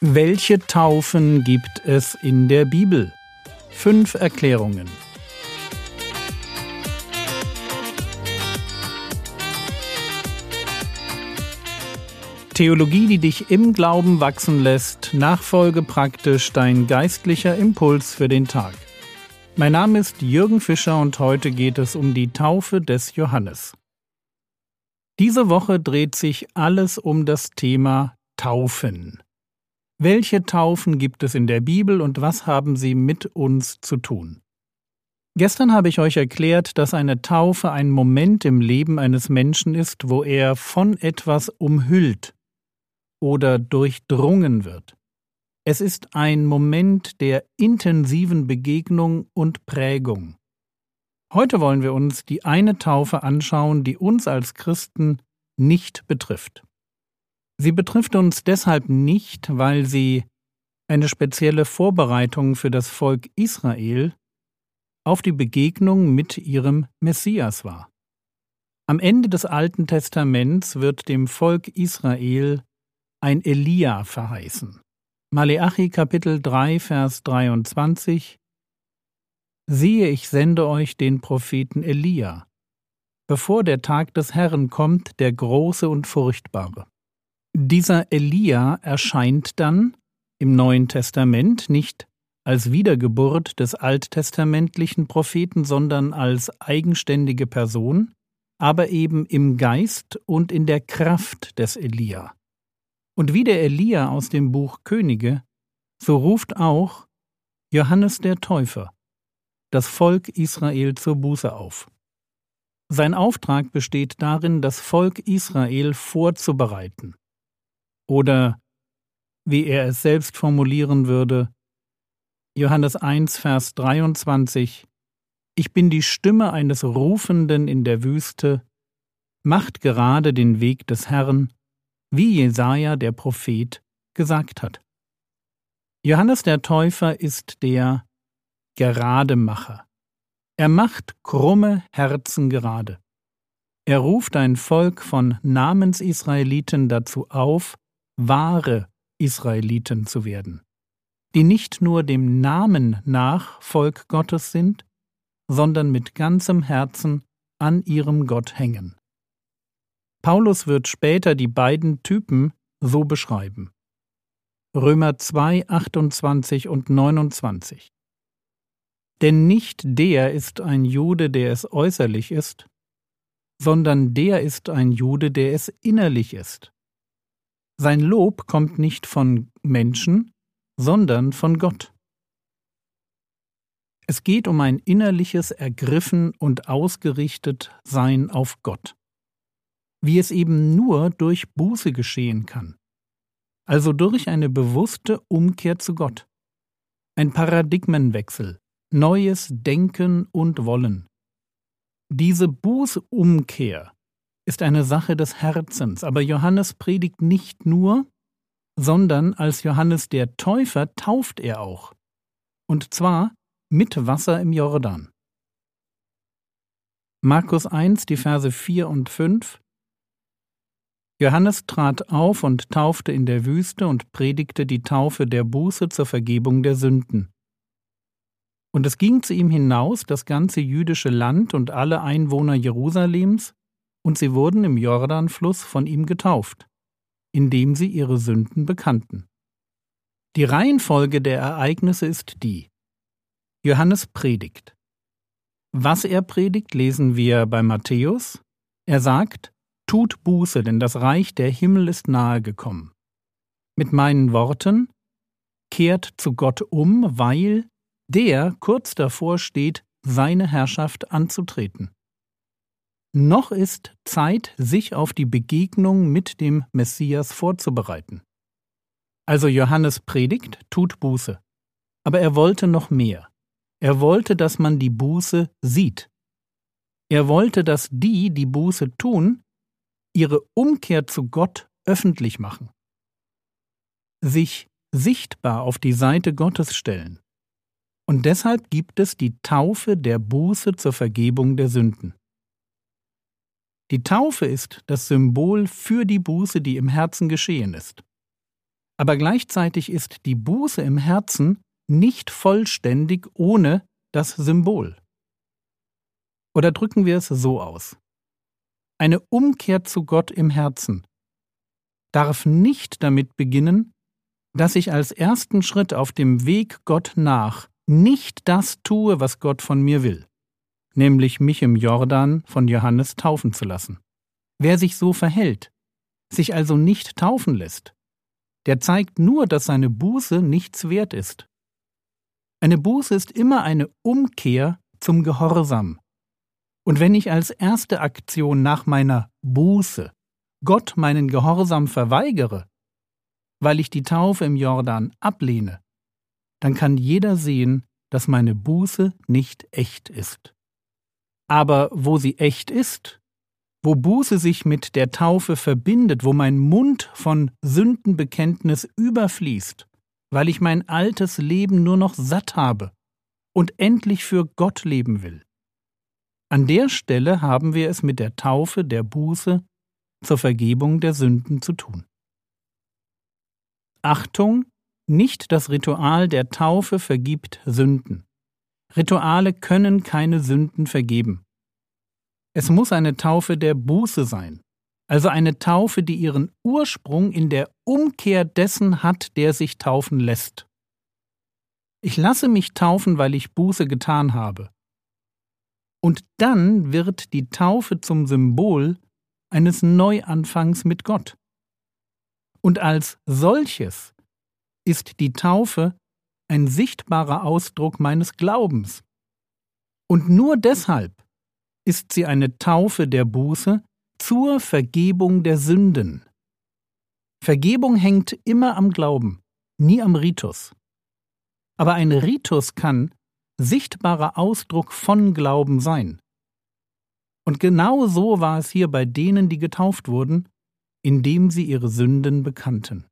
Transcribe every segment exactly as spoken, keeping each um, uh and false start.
Welche Taufen gibt es in der Bibel? Fünf Erklärungen. Theologie, die dich im Glauben wachsen lässt, nachfolge praktisch dein geistlicher Impuls für den Tag. Mein Name ist Jürgen Fischer und heute geht es um die Taufe des Johannes. Diese Woche dreht sich alles um das Thema Taufen. Welche Taufen gibt es in der Bibel und was haben sie mit uns zu tun? Gestern habe ich euch erklärt, dass eine Taufe ein Moment im Leben eines Menschen ist, wo er von etwas umhüllt oder durchdrungen wird. Es ist ein Moment der intensiven Begegnung und Prägung. Heute wollen wir uns die eine Taufe anschauen, die uns als Christen nicht betrifft. Sie betrifft uns deshalb nicht, weil sie eine spezielle Vorbereitung für das Volk Israel auf die Begegnung mit ihrem Messias war. Am Ende des Alten Testaments wird dem Volk Israel ein Elia verheißen. Maleachi Kapitel drei, Vers dreiundzwanzig: Siehe, ich sende euch den Propheten Elia, bevor der Tag des Herrn kommt, der große und furchtbare. Dieser Elia erscheint dann im Neuen Testament nicht als Wiedergeburt des alttestamentlichen Propheten, sondern als eigenständige Person, aber eben im Geist und in der Kraft des Elia. Und wie der Elia aus dem Buch Könige, so ruft auch Johannes der Täufer das Volk Israel zur Buße auf. Sein Auftrag besteht darin, das Volk Israel vorzubereiten. Oder, wie er es selbst formulieren würde, Johannes eins, Vers dreiundzwanzig: Ich bin die Stimme eines Rufenden in der Wüste, macht gerade den Weg des Herrn, wie Jesaja, der Prophet, gesagt hat. Johannes der Täufer ist der Gerademacher. Er macht krumme Herzen gerade. Er ruft ein Volk von Namensisraeliten dazu auf, wahre Israeliten zu werden, die nicht nur dem Namen nach Volk Gottes sind, sondern mit ganzem Herzen an ihrem Gott hängen. Paulus wird später die beiden Typen so beschreiben. Römer zwei, achtundzwanzig und neunundzwanzig. Denn nicht der ist ein Jude, der es äußerlich ist, sondern der ist ein Jude, der es innerlich ist. Sein Lob kommt nicht von Menschen, sondern von Gott. Es geht um ein innerliches Ergriffen und ausgerichtet Sein auf Gott, wie es eben nur durch Buße geschehen kann, also durch eine bewusste Umkehr zu Gott, ein Paradigmenwechsel, neues Denken und Wollen. Diese Bußumkehr ist eine Sache des Herzens, aber Johannes predigt nicht nur, sondern als Johannes der Täufer tauft er auch, und zwar mit Wasser im Jordan. Markus eins, die Verse vier und fünf: Johannes trat auf und taufte in der Wüste und predigte die Taufe der Buße zur Vergebung der Sünden. Und es ging zu ihm hinaus das ganze jüdische Land und alle Einwohner Jerusalems, und sie wurden im Jordanfluss von ihm getauft, indem sie ihre Sünden bekannten. Die Reihenfolge der Ereignisse ist die: Johannes predigt. Was er predigt, lesen wir bei Matthäus. Er sagt: Tut Buße, denn das Reich der Himmel ist nahe gekommen. Mit meinen Worten: Kehrt zu Gott um, weil der kurz davor steht, seine Herrschaft anzutreten. Noch ist Zeit, sich auf die Begegnung mit dem Messias vorzubereiten. Also Johannes predigt, tut Buße. Aber er wollte noch mehr. Er wollte, dass man die Buße sieht. Er wollte, dass die, die Buße tun, ihre Umkehr zu Gott öffentlich machen. Sich sichtbar auf die Seite Gottes stellen. Und deshalb gibt es die Taufe der Buße zur Vergebung der Sünden. Die Taufe ist das Symbol für die Buße, die im Herzen geschehen ist. Aber gleichzeitig ist die Buße im Herzen nicht vollständig ohne das Symbol. Oder drücken wir es so aus: Eine Umkehr zu Gott im Herzen darf nicht damit beginnen, dass ich als ersten Schritt auf dem Weg Gott nach nicht das tue, was Gott von mir will, nämlich mich im Jordan von Johannes taufen zu lassen. Wer sich so verhält, sich also nicht taufen lässt, der zeigt nur, dass seine Buße nichts wert ist. Eine Buße ist immer eine Umkehr zum Gehorsam. Und wenn ich als erste Aktion nach meiner Buße Gott meinen Gehorsam verweigere, weil ich die Taufe im Jordan ablehne, dann kann jeder sehen, dass meine Buße nicht echt ist. Aber wo sie echt ist, wo Buße sich mit der Taufe verbindet, wo mein Mund von Sündenbekenntnis überfließt, weil ich mein altes Leben nur noch satt habe und endlich für Gott leben will. An der Stelle haben wir es mit der Taufe der Buße zur Vergebung der Sünden zu tun. Achtung, nicht das Ritual der Taufe vergibt Sünden. Rituale können keine Sünden vergeben. Es muss eine Taufe der Buße sein, also eine Taufe, die ihren Ursprung in der Umkehr dessen hat, der sich taufen lässt. Ich lasse mich taufen, weil ich Buße getan habe. Und dann wird die Taufe zum Symbol eines Neuanfangs mit Gott. Und als solches ist die Taufe ein sichtbarer Ausdruck meines Glaubens. Und nur deshalb ist sie eine Taufe der Buße zur Vergebung der Sünden. Vergebung hängt immer am Glauben, nie am Ritus. Aber ein Ritus kann sichtbarer Ausdruck von Glauben sein. Und genau so war es hier bei denen, die getauft wurden, indem sie ihre Sünden bekannten.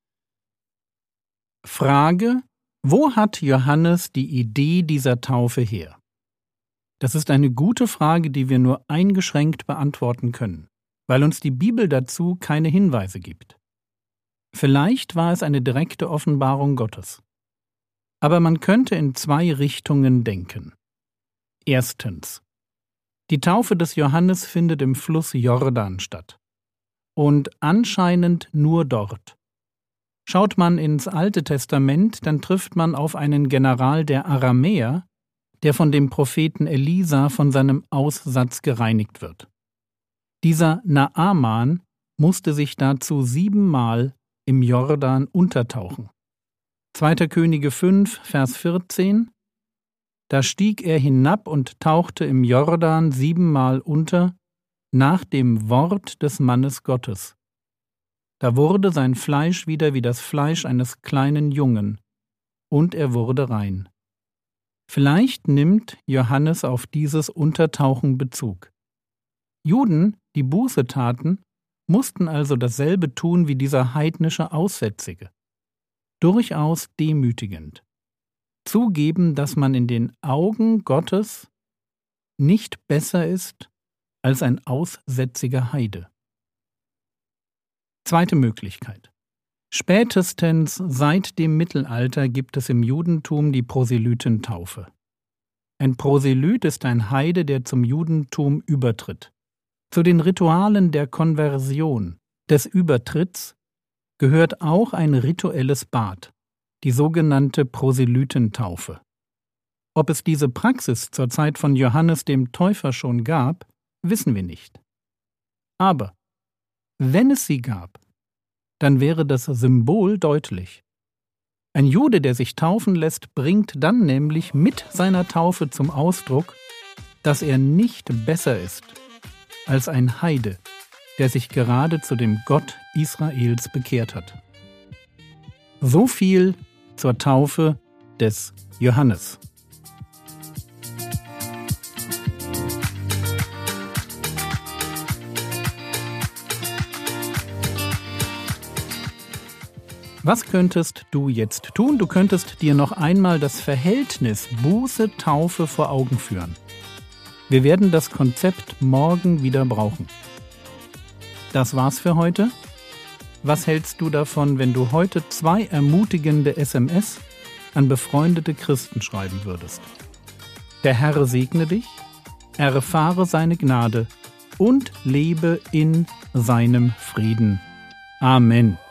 Frage: Wo hat Johannes die Idee dieser Taufe her? Das ist eine gute Frage, die wir nur eingeschränkt beantworten können, weil uns die Bibel dazu keine Hinweise gibt. Vielleicht war es eine direkte Offenbarung Gottes. Aber man könnte in zwei Richtungen denken. Erstens: Die Taufe des Johannes findet im Fluss Jordan statt. Und anscheinend nur dort. Schaut man ins Alte Testament, dann trifft man auf einen General der Aramäer, der von dem Propheten Elisa von seinem Aussatz gereinigt wird. Dieser Naaman musste sich dazu siebenmal im Jordan untertauchen. zweiter Könige fünf, Vers vierzehn: Da stieg er hinab und tauchte im Jordan siebenmal unter, nach dem Wort des Mannes Gottes. Da wurde sein Fleisch wieder wie das Fleisch eines kleinen Jungen, und er wurde rein. Vielleicht nimmt Johannes auf dieses Untertauchen Bezug. Juden, die Buße taten, mussten also dasselbe tun wie dieser heidnische Aussätzige. Durchaus demütigend. Zugeben, dass man in den Augen Gottes nicht besser ist als ein aussätziger Heide. Zweite Möglichkeit. Spätestens seit dem Mittelalter gibt es im Judentum die Proselytentaufe. Ein Proselyt ist ein Heide, der zum Judentum übertritt. Zu den Ritualen der Konversion, des Übertritts, gehört auch ein rituelles Bad, die sogenannte Proselytentaufe. Ob es diese Praxis zur Zeit von Johannes dem Täufer schon gab, wissen wir nicht. Aber wenn es sie gab, dann wäre das Symbol deutlich. Ein Jude, der sich taufen lässt, bringt dann nämlich mit seiner Taufe zum Ausdruck, dass er nicht besser ist als ein Heide, der sich gerade zu dem Gott Israels bekehrt hat. So viel zur Taufe des Johannes. Was könntest du jetzt tun? Du könntest dir noch einmal das Verhältnis Buße-Taufe vor Augen führen. Wir werden das Konzept morgen wieder brauchen. Das war's für heute. Was hältst du davon, wenn du heute zwei ermutigende S M S an befreundete Christen schreiben würdest? Der Herr segne dich, erfahre seine Gnade und lebe in seinem Frieden. Amen.